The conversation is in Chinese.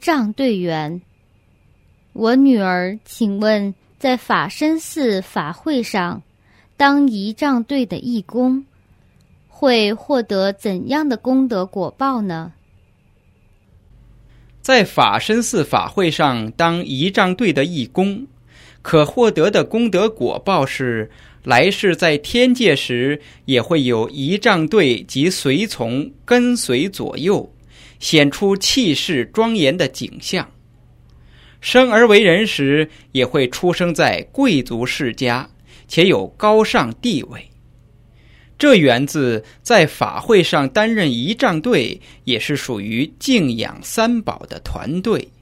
仗队员。我女儿，请问在法身寺法会上当仪仗队的义工，会获得怎样的功德果报呢？ 在法身寺法会上当仪仗队的义工，可获得的功德果报是，来世在天界时也会有仪仗队及随从跟随左右，显出气势庄严的景象。生而为人时，也会出生在贵族世家，且有高尚地位。这源自在法会上担任仪仗队，也是属于敬仰三宝的团队。